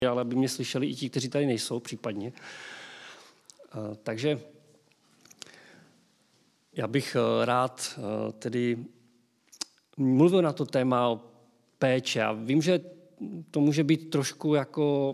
ale aby mě slyšeli i ti, kteří tady nejsou případně. Takže já bych rád tedy mluvil na to téma péče. A vím, že to může být trošku jako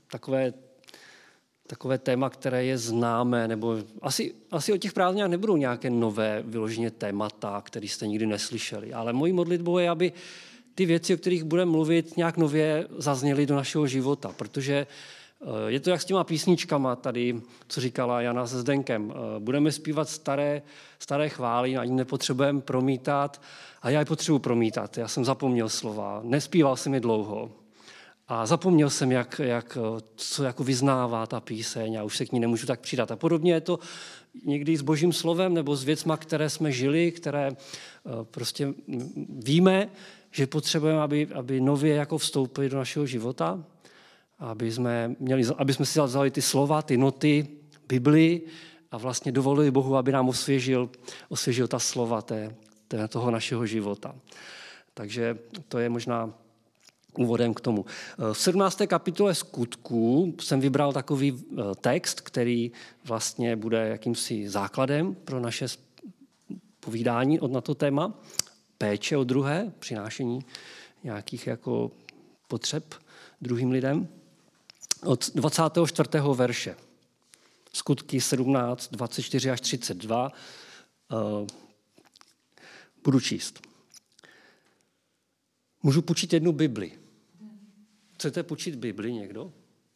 takové téma, které je známé, nebo asi o těch prázdninách nebudou nějaké nové vyloženě témata, které jste nikdy neslyšeli. Ale mojí modlitbou je, aby ty věci, o kterých budeme mluvit, nějak nově zazněly do našeho života, protože je to jak s těma písničkama tady, co říkala Jana se Zdenkem. Budeme zpívat staré chvály, ani nepotřebujeme promítat. A já je potřebuji promítat. Já jsem zapomněl slova, nespíval jsem je dlouho. A zapomněl jsem, co jako vyznává ta píseň a už se k ní nemůžu tak přidat. A podobně je to někdy s Božím slovem nebo s věcma, které jsme žili, které prostě víme, že potřebujeme, aby nově jako vstoupili do našeho života, aby jsme si vzali ty slova, ty noty, Biblii a vlastně dovolili Bohu, aby nám osvěžil ta slova toho našeho života. Takže to je možná úvodem k tomu. V 17. kapitole Skutků jsem vybral takový text, který vlastně bude jakýmsi základem pro naše povídání na to téma. Péče o druhé, přinášení nějakých jako potřeb druhým lidem. Od 24. verše. Skutky 17, 24 až 32 budu číst. Můžu půjčit jednu Bibli. Chcete půjčit Bibli někdo?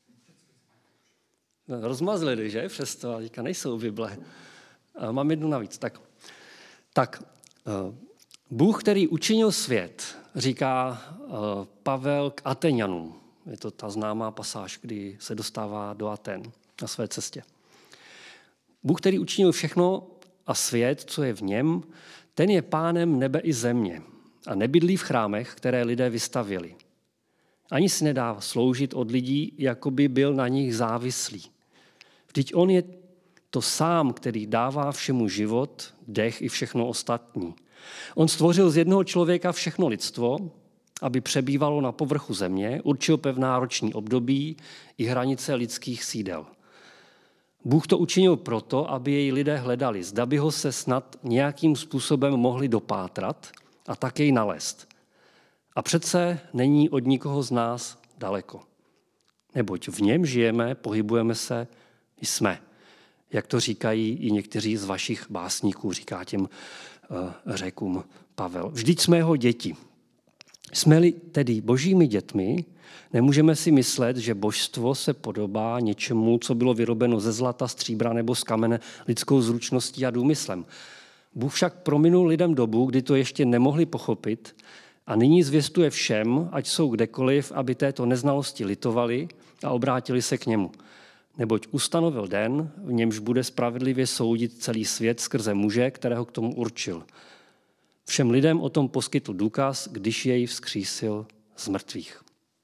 Rozmazlili, že? Přesto, ale teďka nejsou Bible. Mám jednu navíc. Tak. Bůh, který učinil svět, říká Pavel k Ateňanům. Je to ta známá pasáž, kdy se dostává do Aten na své cestě. Bůh, který učinil všechno a svět, co je v něm, ten je pánem nebe i země a nebydlí v chrámech, které lidé vystavěli. Ani si nedá sloužit od lidí, jako by byl na nich závislý. Vždyť on je to sám, který dává všemu život, dech i všechno ostatní. On stvořil z jednoho člověka všechno lidstvo, aby přebývalo na povrchu země, určil pevná roční období i hranice lidských sídel. Bůh to učinil proto, aby jej lidé hledali, zda by ho se snad nějakým způsobem mohli dopátrat a tak jej nalézt. A přece není od nikoho z nás daleko. Neboť v něm žijeme, pohybujeme se, jsme. Jak to říkají i někteří z vašich básníků, říká těm Řekům Pavel. Vždyť jsme jeho děti. Jsme-li tedy božími dětmi, nemůžeme si myslet, že božstvo se podobá něčemu, co bylo vyrobeno ze zlata, stříbra nebo z kamene lidskou zručností a důmyslem. Bůh však prominul lidem dobu, kdy to ještě nemohli pochopit a nyní zvěstuje všem, ať jsou kdekoliv, aby této neznalosti litovali a obrátili se k němu. Neboť ustanovil den, v němž bude spravedlivě soudit celý svět skrze muže, kterého k tomu určil. Všem lidem o tom poskytl důkaz, když jej vzkřísil z mrtvých.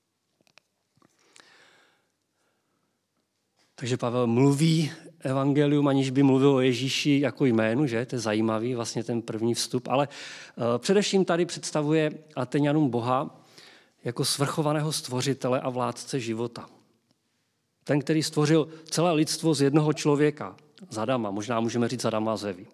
Takže Pavel mluví evangelium, aniž by mluvil o Ježíši jako jménu, že? To je zajímavý, vlastně ten první vstup, ale především tady představuje Ateňanům Boha jako svrchovaného stvořitele a vládce života. Ten, který stvořil celé lidstvo z jednoho člověka, z Adama, možná můžeme říct z Adama z Evy.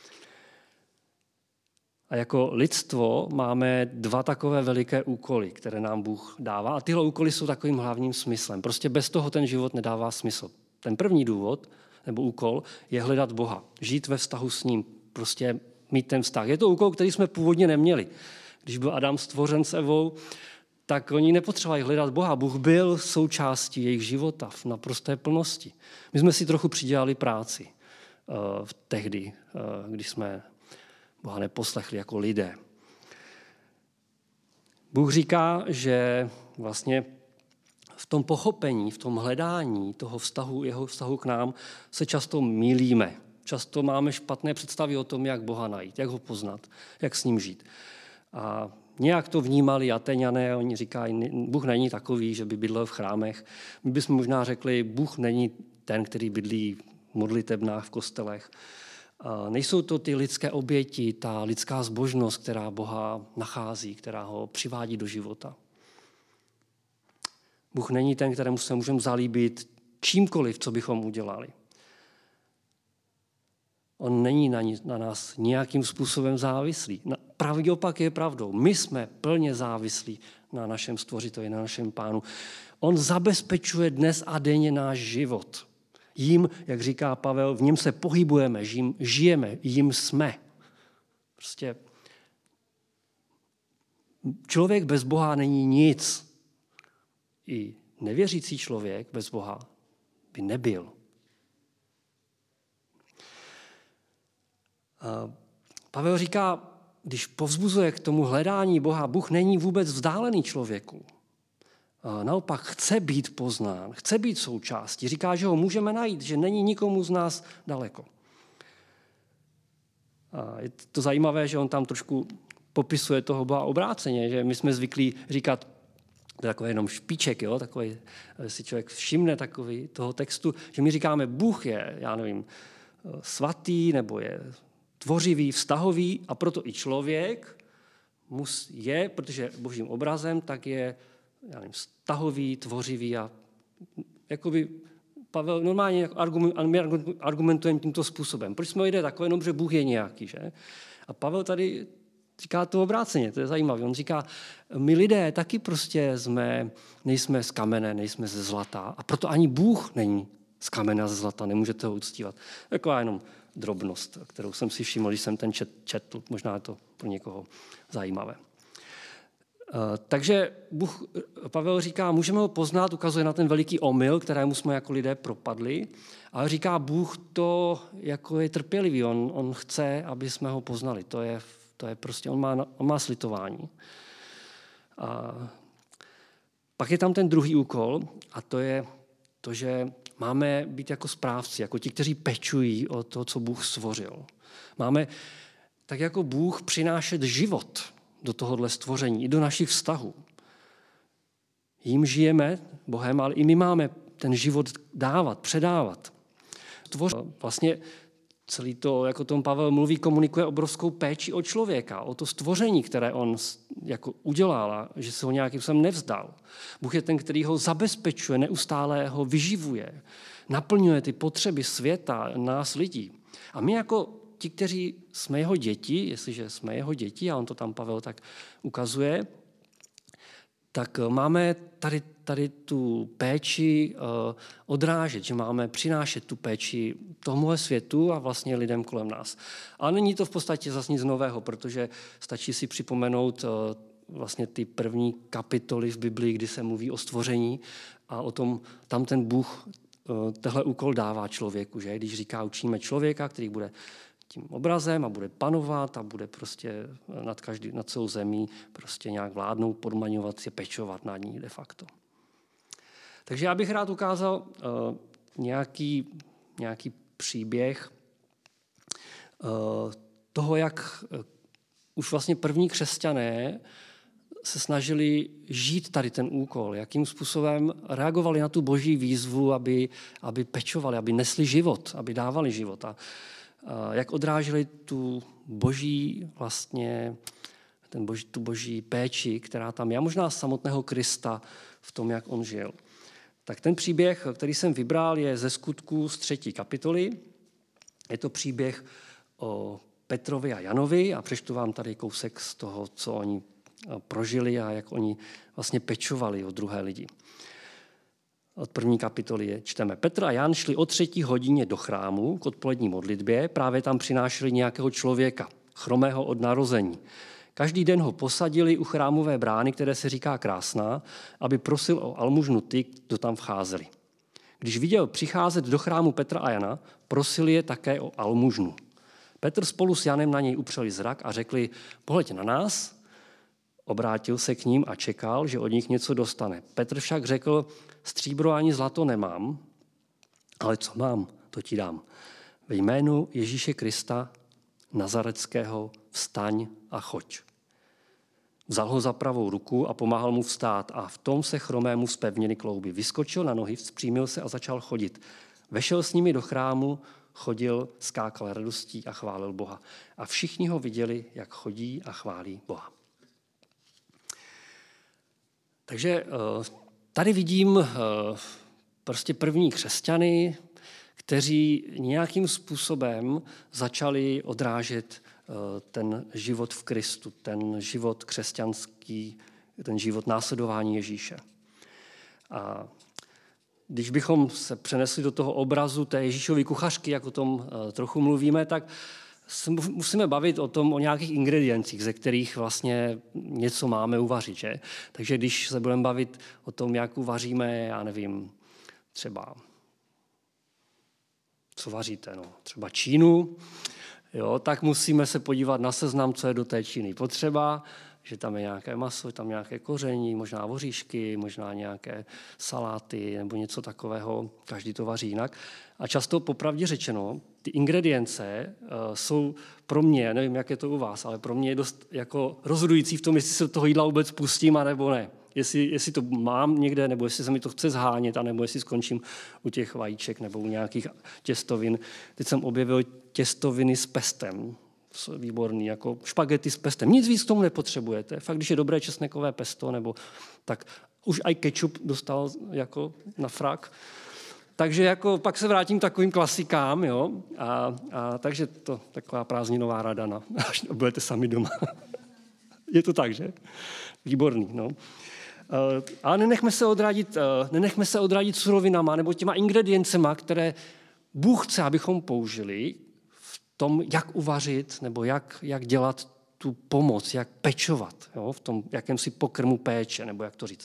A jako lidstvo máme dva takové veliké úkoly, které nám Bůh dává. A tyhle úkoly jsou takovým hlavním smyslem. Prostě bez toho ten život nedává smysl. Ten první důvod nebo úkol je hledat Boha, žít ve vztahu s ním, prostě mít ten vztah. Je to úkol, který jsme původně neměli. Když byl Adam stvořen s Evou, tak oni nepotřebovali hledat Boha. Bůh byl součástí jejich života v naprosté plnosti. My jsme si trochu přidělali práci tehdy, když jsme Boha neposlechli jako lidé. Bůh říká, že vlastně v tom pochopení, v tom hledání toho vztahu, jeho vztahu k nám se často mýlíme. Často máme špatné představy o tom, jak Boha najít, jak ho poznat, jak s ním žít. A nějak to vnímali Ateňané, oni říkají, Bůh není takový, že by bydlel v chrámech. My bychom možná řekli, Bůh není ten, který bydlí v modlitebnách, v kostelech. Nejsou to ty lidské oběti, ta lidská zbožnost, která Boha nachází, která ho přivádí do života. Bůh není ten, kterému se můžeme zalíbit čímkoliv, co bychom udělali. On není na nás nějakým způsobem závislý. Pravý opak je pravdou. My jsme plně závislí na našem Stvořiteli, na našem Pánu. On zabezpečuje dnes a denně náš život. Jím, jak říká Pavel, v něm se pohybujeme, jím žijeme, jím jsme. Prostě člověk bez Boha není nic. I nevěřící člověk bez Boha by nebyl. Pavel říká, když povzbuzuje k tomu hledání Boha, Bůh není vůbec vzdálený člověku. Naopak chce být poznán, chce být součástí. Říká, že ho můžeme najít, že není nikomu z nás daleko. A je to zajímavé, že on tam trošku popisuje toho Boha obráceně, že my jsme zvyklí říkat, to je takový jenom špiček, jo, takový, si člověk všimne takový toho textu, že my říkáme, Bůh je, já nevím, svatý, nebo je tvořivý, vztahový, a proto i člověk je, protože božím obrazem, tak je, já nevím, vztahový, tvořivý a jakoby Pavel normálně argumentujeme tímto způsobem. Proč jsme lidé takové, protože Bůh je nějaký, že? A Pavel tady říká to obráceně, to je zajímavé. On říká, my lidé taky prostě nejsme z kamene, nejsme ze zlata, a proto ani Bůh není z kamene a ze zlata, nemůžete ho uctívat. Taková jenom drobnost, kterou jsem si všiml, když jsem ten četl, možná je to pro někoho zajímavé. Takže Pavel říká, můžeme ho poznat, ukazuje na ten veliký omyl, kterému jsme jako lidé propadli, ale říká, Bůh to jako je trpělivý, on chce, aby jsme ho poznali. To je prostě, on má slitování. A pak je tam ten druhý úkol, a to je to, že máme být jako správci, jako ti, kteří pečují o to, co Bůh stvořil. Máme tak jako Bůh přinášet život do tohohle stvoření, i do našich vztahů. Jím žijeme, Bohem, ale i my máme ten život dávat, předávat. Vlastně celý to, jako tom Pavel mluví, komunikuje obrovskou péči o člověka, o to stvoření, které on jako udělal a že se ho nějakým způsobem nevzdal. Bůh je ten, který ho zabezpečuje, neustále ho vyživuje, naplňuje ty potřeby světa, nás lidí. A my jako ti, kteří jsme jeho děti, jestliže jsme jeho děti, a on to tam Pavel tak ukazuje, tak máme tady tu péči odrážet, že máme přinášet tu péči tomuhle světu a vlastně lidem kolem nás. A není to v podstatě zase nic nového, protože stačí si připomenout vlastně ty první kapitoly v Biblii, kdy se mluví o stvoření a o tom, tam ten Bůh tehle úkol dává člověku, že? Když říká, učíme člověka, který bude tím obrazem a bude panovat a bude prostě nad celou zemí prostě nějak vládnout, podmaňovat si, pečovat nad ní de facto. Takže já bych rád ukázal nějaký příběh toho, jak už vlastně první křesťané se snažili žít tady ten úkol, jakým způsobem reagovali na tu boží výzvu, aby pečovali, aby nesli život, aby dávali život. A jak odráželi tu boží vlastně, tu boží péči, která tam je, možná samotného Krista v tom, jak on žil. Tak ten příběh, který jsem vybral, je ze Skutků z 3. kapitoly. Je to příběh o Petrovi a Janovi a přečtu vám tady kousek z toho, co oni prožili a jak oni vlastně pečovali o druhé lidi. Od 1. kapitoly čteme. Petr a Jan šli o 3. hodině do chrámu k odpolední modlitbě, právě tam přinášeli nějakého člověka, chromého od narození. Každý den ho posadili u chrámové brány, které se říká Krásná, aby prosil o almužnu ty, kdo tam vcházeli. Když viděl přicházet do chrámu Petra a Jana, prosili je také o almužnu. Petr spolu s Janem na něj upřeli zrak a řekli, pohleďte na nás. Obrátil se k ním a čekal, že od nich něco dostane. Petr však řekl, stříbro ani zlato nemám, ale co mám, to ti dám. Ve jménu Ježíše Krista Nazareckého vstaň a choď. Vzal ho za pravou ruku a pomáhal mu vstát a v tom se chromému zpevnily klouby. Vyskočil na nohy, vzpřímil se a začal chodit. Vešel s nimi do chrámu, chodil, skákal radostí a chválil Boha. A všichni ho viděli, jak chodí a chválí Boha. Takže Tady vidím prostě první křesťany, kteří nějakým způsobem začali odrážet ten život v Kristu, ten život křesťanský, ten život následování Ježíše. A když bychom se přenesli do toho obrazu té Ježíšovy kuchařky, jak o tom trochu mluvíme, tak musíme bavit o nějakých ingrediencích, ze kterých vlastně něco máme uvařit. Že? Takže když se budeme bavit o tom, jak uvaříme, já nevím, třeba, co vaříte, no, třeba čínu, jo, tak musíme se podívat na seznam, co je do té číny potřeba, že tam je nějaké maso, tam nějaké koření, možná voříšky, možná nějaké saláty nebo něco takového, každý to vaří jinak. A často popravdě řečeno, ty ingredience jsou pro mě, nevím, jak je to u vás, ale pro mě je dost jako rozhodující v tom, jestli se do toho jídla vůbec pustím, anebo ne. Jestli to mám někde, nebo jestli se mi to chce zhánět, anebo jestli skončím u těch vajíček nebo u nějakých těstovin. Teď jsem objevil těstoviny s pestem. Výborný, jako špagety s pestem. Nic víc k tomu nepotřebujete. Fakt, když je dobré česnekové pesto, nebo tak už i ketchup dostal jako na frak. Takže jako pak se vrátím k takovým klasikám, jo. A takže to taková prázdninová rada, až budete sami doma. Je to tak, že? Výborný, no. Ale nenechme se odradit surovinama nebo těma ingrediencema, které Bůh chce, abychom použili tom, jak uvařit nebo jak dělat tu pomoc, jak pečovat, jo, v tom jakémsi pokrmu péče, nebo jak to říct.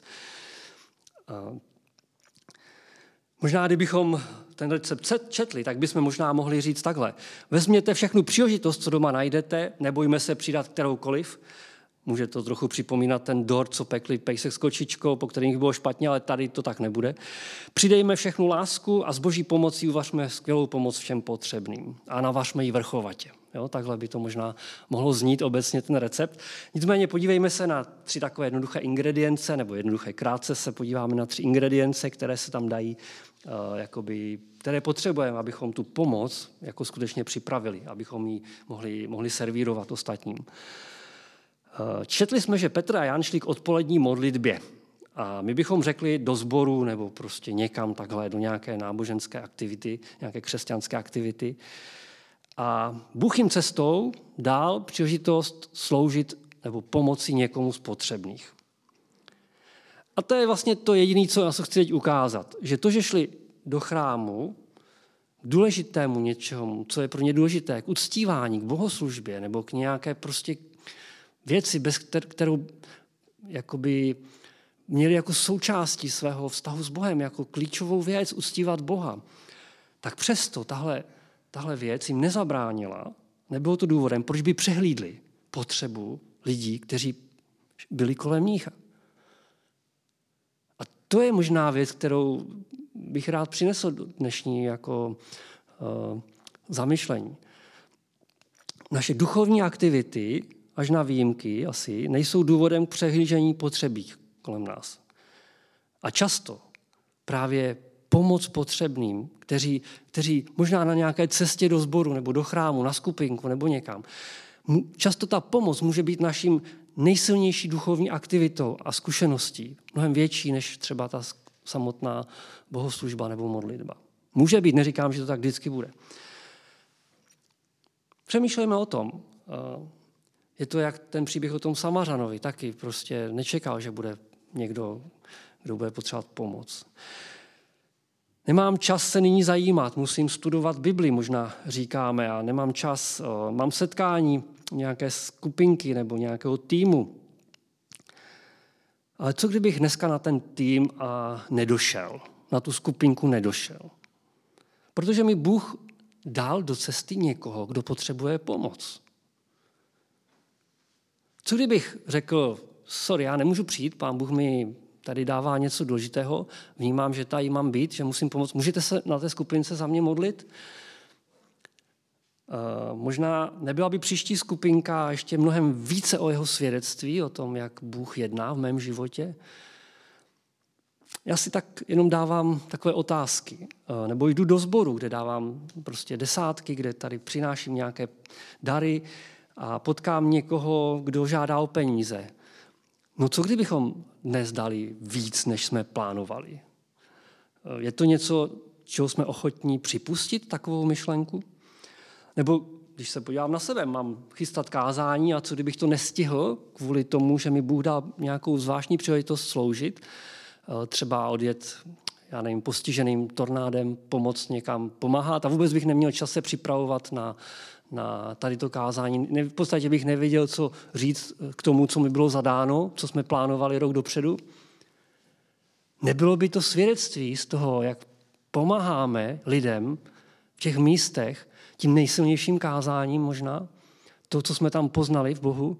Možná, kdybychom ten recept četli, tak bychom možná mohli říct takhle. Vezměte všechnu příležitost, co doma najdete, nebojme se přidat kteroukoliv. Může to trochu připomínat ten dort, co pekli pejsek s kočičkou, po kterých bylo špatně, ale tady to tak nebude. Přidejme všechnu lásku a s Boží pomocí uvařme skvělou pomoc všem potřebným. A navařme ji vrchovatě. Jo, takhle by to možná mohlo znít obecně ten recept. Nicméně podívejme se na 3 takové jednoduché ingredience, nebo jednoduché krátce se podíváme na 3 ingredience, které se tam dají, které potřebujeme, abychom tu pomoc jako skutečně připravili, abychom ji mohli servírovat ostatním. Četli jsme, že Petr a Jan šli k odpolední modlitbě. A my bychom řekli do sboru nebo prostě někam takhle do nějaké náboženské aktivity, nějaké křesťanské aktivity. A Bůh jim cestou dal příležitost sloužit nebo pomoci někomu z potřebných. A to je vlastně to jediné, co já se chci teď ukázat. Že to, že šli do chrámu k důležitému něčemu, co je pro ně důležité, k uctívání, k bohoslužbě nebo k nějaké prostě věci, bez kterou jakoby měli jako součástí svého vztahu s Bohem, jako klíčovou věc uctívat Boha, tak přesto tahle věc jim nezabránila, nebylo to důvodem, proč by přehlídli potřebu lidí, kteří byli kolem nich. A to je možná věc, kterou bych rád přinesl do dnešní jako zamyšlení. Naše duchovní aktivity, až na výjimky asi, nejsou důvodem k přehlížení potřebných kolem nás. A často právě pomoc potřebným, kteří možná na nějaké cestě do sboru nebo do chrámu, na skupinku nebo někam. Často ta pomoc může být naším nejsilnější duchovní aktivitou a zkušeností, mnohem větší než třeba ta samotná bohoslužba nebo modlitba. Může být, neříkám, že to tak vždycky bude. Přemýšlejme o tom. Je to jak ten příběh o tom Samařanovi, taky prostě nečekal, že bude někdo, kdo bude potřebovat pomoc. Nemám čas se nyní zajímat, musím studovat Bibli, možná říkáme, a nemám čas, mám setkání nějaké skupinky nebo nějakého týmu. Ale co kdybych dneska na ten tým nedošel, na tu skupinku nedošel? Protože mi Bůh dal do cesty někoho, kdo potřebuje pomoc. Co kdybych řekl, sorry, já nemůžu přijít, Pán Bůh mi tady dává něco důležitého, vnímám, že tady mám být, že musím pomoct. Můžete se na té skupince za mě modlit? Možná nebyla by příští skupinka ještě mnohem více o jeho svědectví, o tom, jak Bůh jedná v mém životě? Já si tak jenom dávám takové otázky. Nebo jdu do sboru, kde dávám prostě desátky, kde tady přináším nějaké dary a potkám někoho, kdo žádá o peníze. No co kdybychom dnes dali víc, než jsme plánovali? Je to něco, čeho jsme ochotní připustit, takovou myšlenku? Nebo když se podívám na sebe, mám chystat kázání a co kdybych to nestihl kvůli tomu, že mi Bůh dal nějakou zvláštní příležitost sloužit, třeba odjet, já nevím, postiženým tornádem, pomoct někam pomáhat a vůbec bych neměl čas se připravovat na tady to kázání. V podstatě bych nevěděl, co říct k tomu, co mi bylo zadáno, co jsme plánovali rok dopředu. Nebylo by to svědectví z toho, jak pomáháme lidem v těch místech, tím nejsilnějším kázáním možná, to, co jsme tam poznali v Bohu.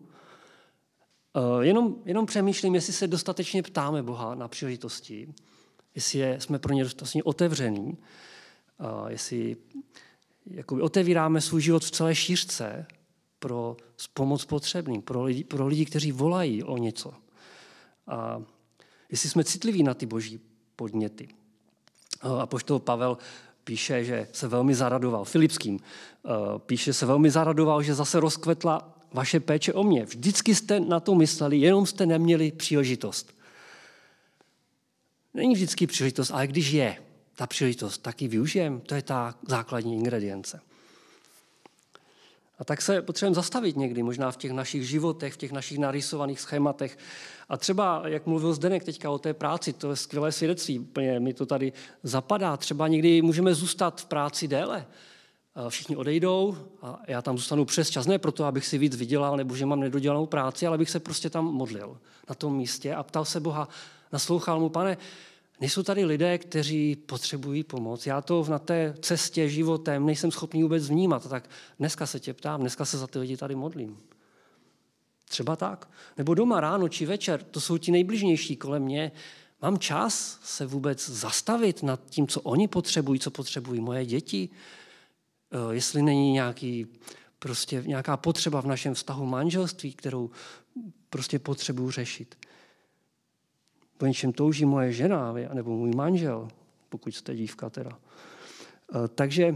Jenom přemýšlím, jestli se dostatečně ptáme Boha na příležitosti, jestli jsme pro ně dostatečně otevření, jestli jakoby otevíráme svůj život v celé šířce pro pomoc potřebným, pro lidi, kteří volají o něco. A jestli jsme citliví na ty boží podněty. Apoštol Pavel píše, že se velmi zaradoval, Filipským píše, se velmi zaradoval, že zase rozkvetla vaše péče o mě. Vždycky jste na to mysleli, jenom jste neměli příležitost. Není vždycky příležitost, ale když je ta příležitost, tak ji využijeme. To je ta základní ingredience. A tak se potřebujeme zastavit někdy, možná v těch našich životech, v těch našich narysovaných schématech. A třeba, jak mluvil Zdeněk teďka o té práci, to je skvělé svědectví, úplně mi to tady zapadá. Třeba někdy můžeme zůstat v práci déle. Všichni odejdou a já tam zůstanu přes čas, ne proto, abych si víc vydělal, nebo že mám nedodělanou práci, ale abych se prostě tam modlil na tom místě a ptal se Boha, naslouchal mu, Pane, nejsou tady lidé, kteří potřebují pomoc. Já to na té cestě životem nejsem schopný vůbec vnímat. Tak dneska se tě ptám, dneska se za ty lidi tady modlím. Třeba tak. Nebo doma ráno či večer, to jsou ti nejbližnější kolem mě. Mám čas se vůbec zastavit nad tím, co oni potřebují, co potřebují moje děti. Jestli není nějaká potřeba v našem vztahu manželství, kterou prostě potřebuji řešit. Po něčem touží moje žena nebo můj manžel, pokud jste dívka teda. Takže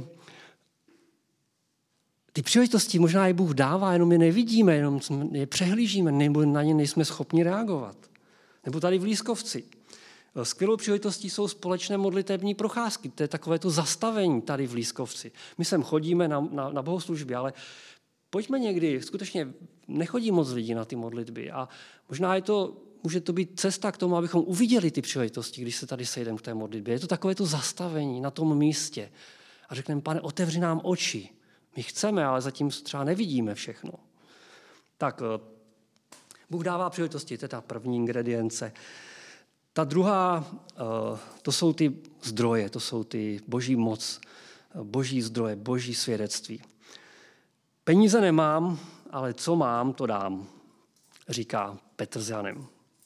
ty příležitosti možná i Bůh dává, jenom je nevidíme, jenom je přehlížíme, nebo na ně nejsme schopni reagovat. Nebo tady v Lískovci. Skvělou příležitostí jsou společné modlitební procházky. To je takové to zastavení tady v Lískovci. My sem chodíme na bohoslužby, ale pojďme někdy, skutečně nechodí moc lidí na ty modlitby a možná může to být cesta k tomu, abychom uviděli ty příležitosti, když se tady sejdeme k té modlitbě. Je to takové to zastavení na tom místě. A řekneme, Pane, otevři nám oči. My chceme, ale zatím třeba nevidíme všechno. Tak Bůh dává příležitosti, to je ta první ingredience. Ta druhá, to jsou ty zdroje, to jsou ty boží moc, boží zdroje, boží svědectví. Peníze nemám, ale co mám, to dám, říká Petr s Janem.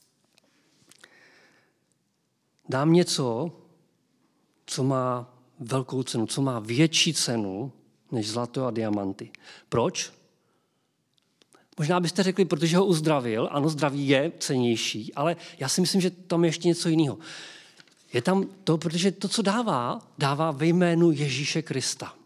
Dám něco, co má velkou cenu, co má větší cenu než zlato a diamanty. Proč? Možná byste řekli, protože ho uzdravil. Ano, zdraví je cennější, ale já si myslím, že tam je ještě něco jiného. Je tam to, protože to, co dává ve jménu Ježíše Krista.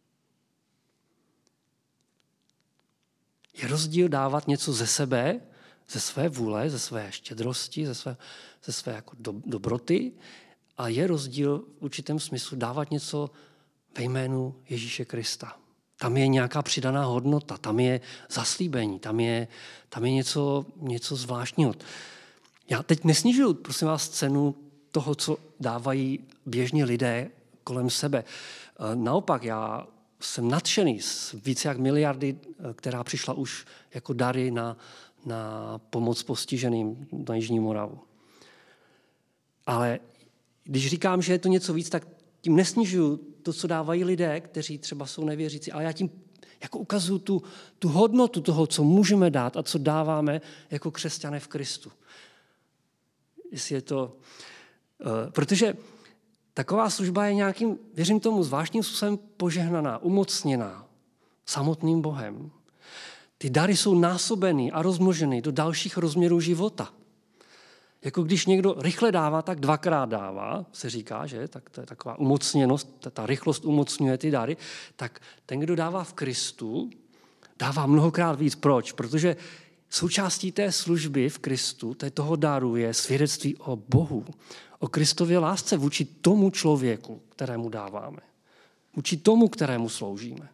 Je rozdíl dávat něco ze sebe, ze své vůle, ze své štědrosti, ze své jako dobroty a je rozdíl v určitém smyslu dávat něco ve jménu Ježíše Krista. Tam je nějaká přidaná hodnota, tam je zaslíbení, tam je něco zvláštního. Já teď nesnižuju, prosím vás, cenu toho, co dávají běžní lidé kolem sebe. Naopak, já jsem nadšený z více jak miliardy, která přišla už jako dary na pomoc postiženým na Jižní Moravu. Ale když říkám, že je to něco víc, tak tím nesnižuju to, co dávají lidé, kteří třeba jsou nevěřící, ale já tím jako ukazuju tu hodnotu toho, co můžeme dát a co dáváme jako křesťané v Kristu. Jestli je to, protože taková služba je nějakým, věřím tomu, zvláštním způsobem požehnaná, umocněná samotným Bohem. Ty dary jsou násobeny a rozmnoženy do dalších rozměrů života. Jako když někdo rychle dává, tak dvakrát dává, se říká, že? Tak to je taková umocněnost, ta rychlost umocňuje ty dary. Tak ten, kdo dává v Kristu, dává mnohokrát víc. Proč? Protože součástí té služby v Kristu, toho daru je svědectví o Bohu, o Kristově lásce vůči tomu člověku, kterému dáváme. Vůči tomu, kterému sloužíme.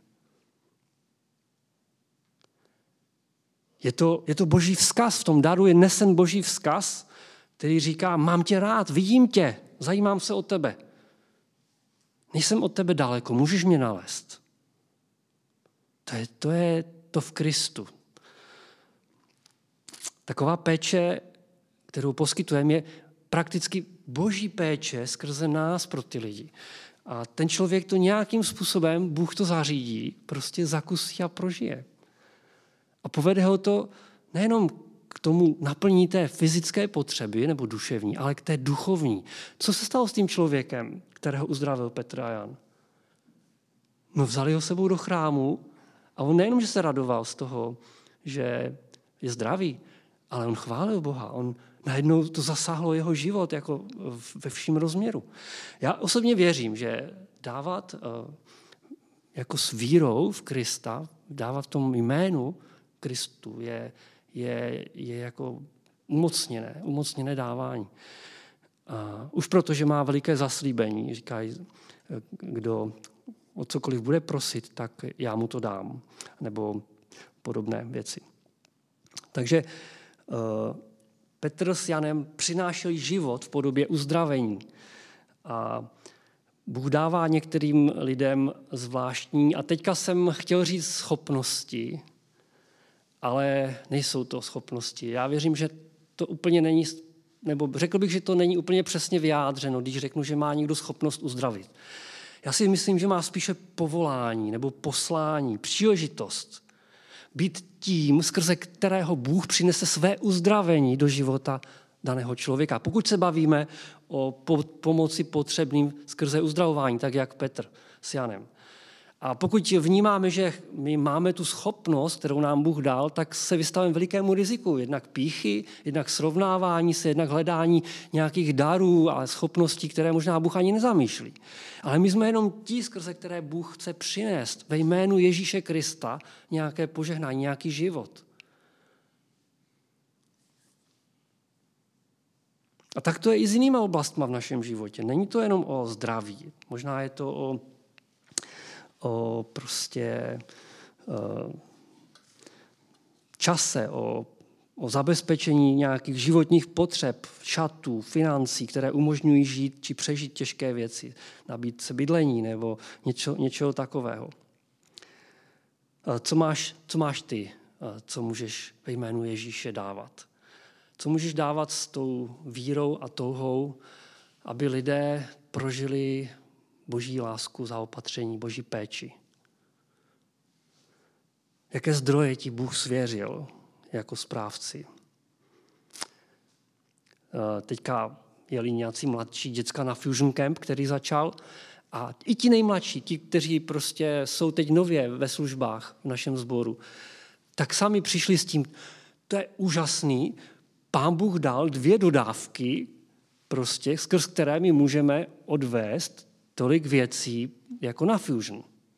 Je to boží vzkaz, v tom daru je nesen boží vzkaz, který říká, mám tě rád, vidím tě, zajímám se o tebe. Nejsem od tebe daleko, můžeš mě nalézt. To je to v Kristu. Taková péče, kterou poskytujeme, je prakticky boží péče skrze nás pro ty lidi. A ten člověk to nějakým způsobem, Bůh to zařídí, prostě zakusí a prožije. A povede ho to nejenom k tomu naplní té fyzické potřeby nebo duševní, ale k té duchovní. Co se stalo s tím člověkem, kterého uzdravil Petr a Jan? No vzali ho sebou do chrámu a on nejenom, že se radoval z toho, že je zdravý, ale on chválil Boha. On najednou to zasáhlo jeho život jako ve vším rozměru. Já osobně věřím, že dávat jako s vírou v Krista, dávat v tom jménu Kristu je jako umocněné dávání. A už proto, že má veliké zaslíbení, říkají, kdo o cokoliv bude prosit, tak já mu to dám. Nebo podobné věci. Takže Petr s Janem přinášeli život v podobě uzdravení. A Bůh dává některým lidem zvláštní, a teďka jsem chtěl říct schopnosti, ale nejsou to schopnosti. Já věřím, že to úplně není, nebo řekl bych, že to není úplně přesně vyjádřeno, když řeknu, že má někdo schopnost uzdravit. Já si myslím, že má spíše povolání nebo poslání, příležitost být tím, skrze kterého Bůh přinese své uzdravení do života daného člověka. Pokud se bavíme o pomoci potřebným skrze uzdravování, tak jak Petr s Janem. A pokud vnímáme, že my máme tu schopnost, kterou nám Bůh dal, tak se vystavíme velikému riziku. Jednak pýchy, jednak srovnávání se, jednak hledání nějakých darů a schopností, které možná Bůh ani nezamýšlí. Ale my jsme jenom ti, skrze které Bůh chce přinést ve jménu Ježíše Krista nějaké požehnání, nějaký život. A tak to je i s jinýma oblastma v našem životě. Není to jenom o zdraví. Možná je to o čase, o zabezpečení nějakých životních potřeb, šatů, financí, které umožňují žít či přežít těžké věci, nabít se bydlení nebo něčeho takového. Co máš ty, co můžeš ve jménu Ježíše dávat? Co můžeš dávat s tou vírou a touhou, aby lidé prožili boží lásku, zaopatření, boží péči? Jaké zdroje ti Bůh svěřil jako správci? Teďka jeli nějací mladší děcka na Fusion Camp, který začal, a i ti nejmladší, ti, kteří prostě jsou teď nově ve službách v našem sboru, tak sami přišli s tím, to je úžasný, Pán Bůh dal 2 dodávky, prostě, skrz které my můžeme odvést tolik věcí jako na Fusion.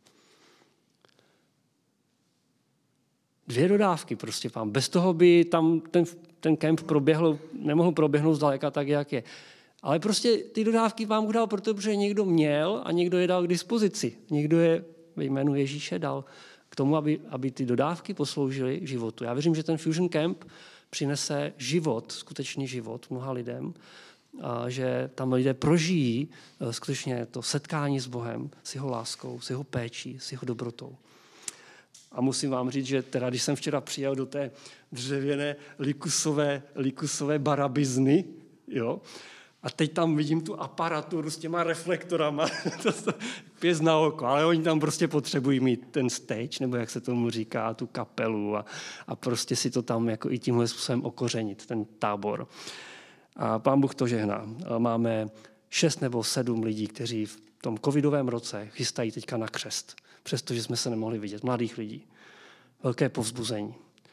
2 dodávky prostě, Pán. Bez toho by tam ten kemp nemohl proběhnout zdaleka tak, jak je. Ale prostě ty dodávky Pán Bůh dal, protože někdo měl a někdo je dal k dispozici. Někdo je ve jménu Ježíše dal k tomu, aby ty dodávky posloužily životu. Já věřím, že ten Fusion Camp přinese život, skutečný život mnoha lidem, a že tam lidé prožijí skutečně to setkání s Bohem, s jeho láskou, s jeho péčí, s jeho dobrotou. A musím vám říct, že teda, když jsem včera přijel do té dřevěné likusové barabizny, jo, a teď tam vidím tu aparaturu s těma reflektorama, to pěst na oko, ale oni tam prostě potřebují mít ten stage, nebo jak se tomu říká, tu kapelu a prostě si to tam jako i tímhle způsobem okořenit, ten tábor. A Pán Bůh to žehná. Máme 6 nebo 7 lidí, kteří v tom covidovém roce chystají teďka na křest, přestože jsme se nemohli vidět, mladých lidí. Velké povzbuzení.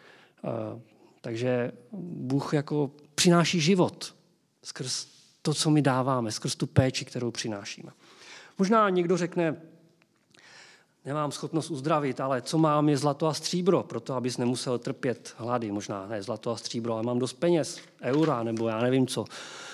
Takže Bůh jako přináší život skrz to, co my dáváme, skrz tu péči, kterou přinášíme. Možná někdo řekne, nemám schopnost uzdravit, ale co mám je zlato a stříbro, proto abys nemusel trpět hlady, možná ne zlato a stříbro, ale mám dost peněz, eura nebo já nevím co.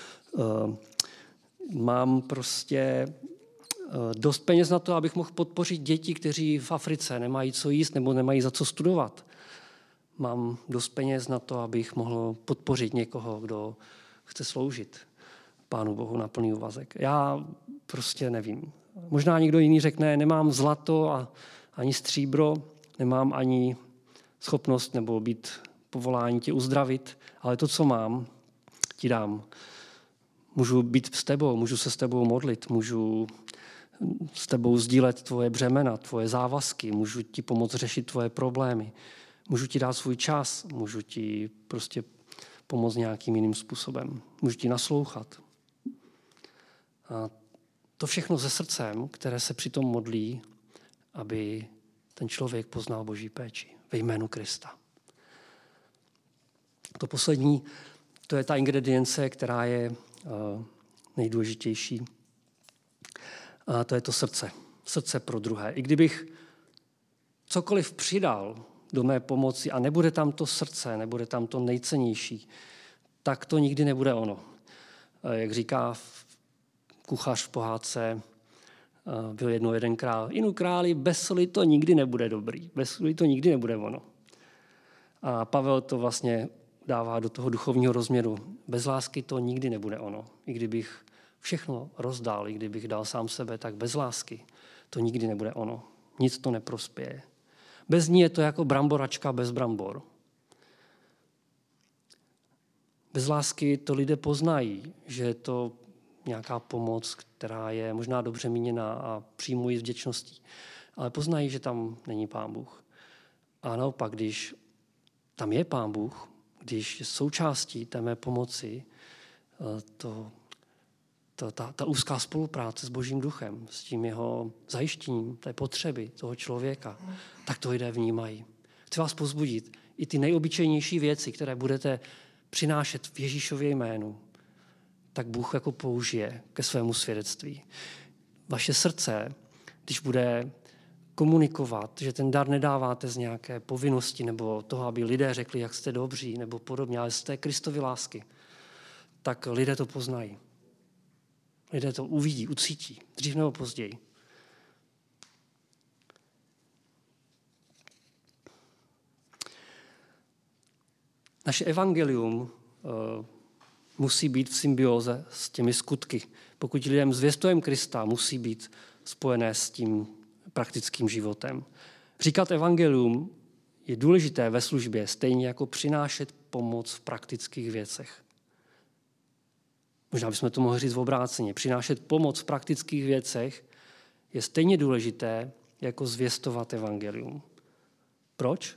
Mám prostě dost peněz na to, abych mohl podpořit děti, kteří v Africe nemají co jíst nebo nemají za co studovat. Mám dost peněz na to, abych mohl podpořit někoho, kdo chce sloužit Pánu Bohu na plný úvazek. Já prostě nevím. Možná někdo jiný řekne, nemám zlato a ani stříbro, nemám ani schopnost nebo být povolání tě uzdravit, ale to, co mám, ti dám. Můžu být s tebou, můžu se s tebou modlit, můžu s tebou sdílet tvoje břemena, tvoje závazky, můžu ti pomoct řešit tvoje problémy, můžu ti dát svůj čas, můžu ti prostě pomoct nějakým jiným způsobem, můžu ti naslouchat. A to všechno se srdcem, které se přitom modlí, aby ten člověk poznal Boží péči ve jménu Krista. To poslední, to je ta ingredience, která je nejdůležitější. A to je to srdce. Srdce pro druhé. I kdybych cokoliv přidal do mé pomoci a nebude tam to srdce, nebude tam to nejcennější, tak to nikdy nebude ono. Jak říká kuchař v pohádce, byl jednou jeden král. Inu králi, bez soli to nikdy nebude dobrý. Bez soli to nikdy nebude ono. A Pavel to vlastně dává do toho duchovního rozměru. Bez lásky to nikdy nebude ono. I kdybych všechno rozdal, i kdybych dal sám sebe, tak bez lásky to nikdy nebude ono. Nic to neprospěje. Bez ní je to jako bramboračka bez brambor. Bez lásky to lidé poznají, že je to nějaká pomoc, která je možná dobře míněná a přijmují s vděčností. Ale poznají, že tam není Pán Bůh. A naopak, když tam je Pán Bůh, když je součástí té mé pomoci, ta úzká spolupráce s Božím duchem, s tím jeho zajištěním té potřeby toho člověka, tak to lidé vnímají. Chci vás povzbudit, i ty nejobyčejnější věci, které budete přinášet v Ježíšově jménu, tak Bůh jako použije ke svému svědectví. Vaše srdce, když bude komunikovat, že ten dar nedáváte z nějaké povinnosti nebo toho, aby lidé řekli, jak jste dobří nebo podobně, ale z té Kristovy lásky, tak lidé to poznají. Lidé to uvidí, ucítí, dřív nebo později. Naše evangelium musí být v symbióze s těmi skutky. Pokud lidem zvěstujeme Krista, musí být spojené s tím praktickým životem. Říkat evangelium je důležité ve službě, stejně jako přinášet pomoc v praktických věcech. Možná bychom to mohli říct v obráceně. Přinášet pomoc v praktických věcech je stejně důležité, jako zvěstovat evangelium. Proč?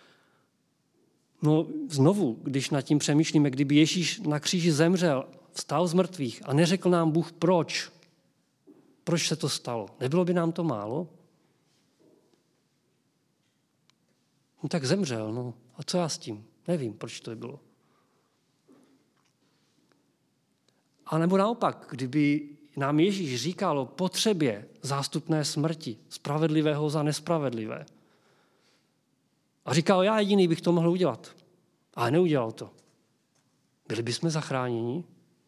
No znovu, když nad tím přemýšlíme, kdyby Ježíš na kříži zemřel, vstal z mrtvých a neřekl nám Bůh proč. Proč se to stalo? Nebylo by nám to málo? No tak zemřel, no. A co já s tím? Nevím, proč to bylo. A nebo naopak, kdyby nám Ježíš říkal o potřebě zástupné smrti, spravedlivého za nespravedlivé. A říkal, já jediný bych to mohl udělat. Ale neudělal to. Byli bychom zachráněni?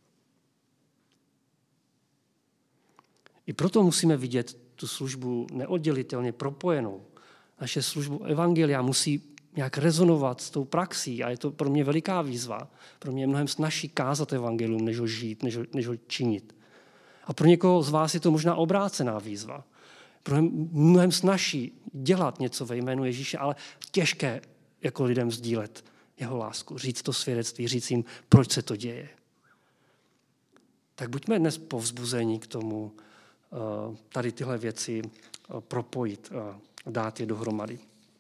I proto musíme vidět tu službu neoddělitelně propojenou. Naše službu evangelia musí nějak rezonovat s tou praxí a je to pro mě veliká výzva. Pro mě je mnohem snazší kázat evangelium, než ho žít, než ho činit. A pro někoho z vás je to možná obrácená výzva. Pro mě mnohem snazší dělat něco ve jménu Ježíše, ale těžké jako lidem sdílet jeho lásku, říct to svědectví, říct jim, proč se to děje. Tak buďme dnes povzbuzeni k tomu tady tyhle věci propojit a dát je dohromady.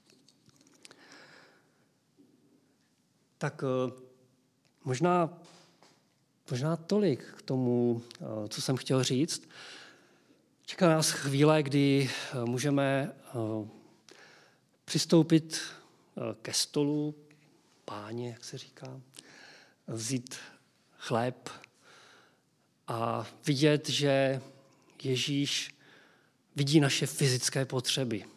Tak možná tolik k tomu, co jsem chtěl říct. Čeká nás chvíle, kdy můžeme přistoupit ke stolu Páně, jak se říká, vzít chléb a vidět, že Ježíš vidí naše fyzické potřeby.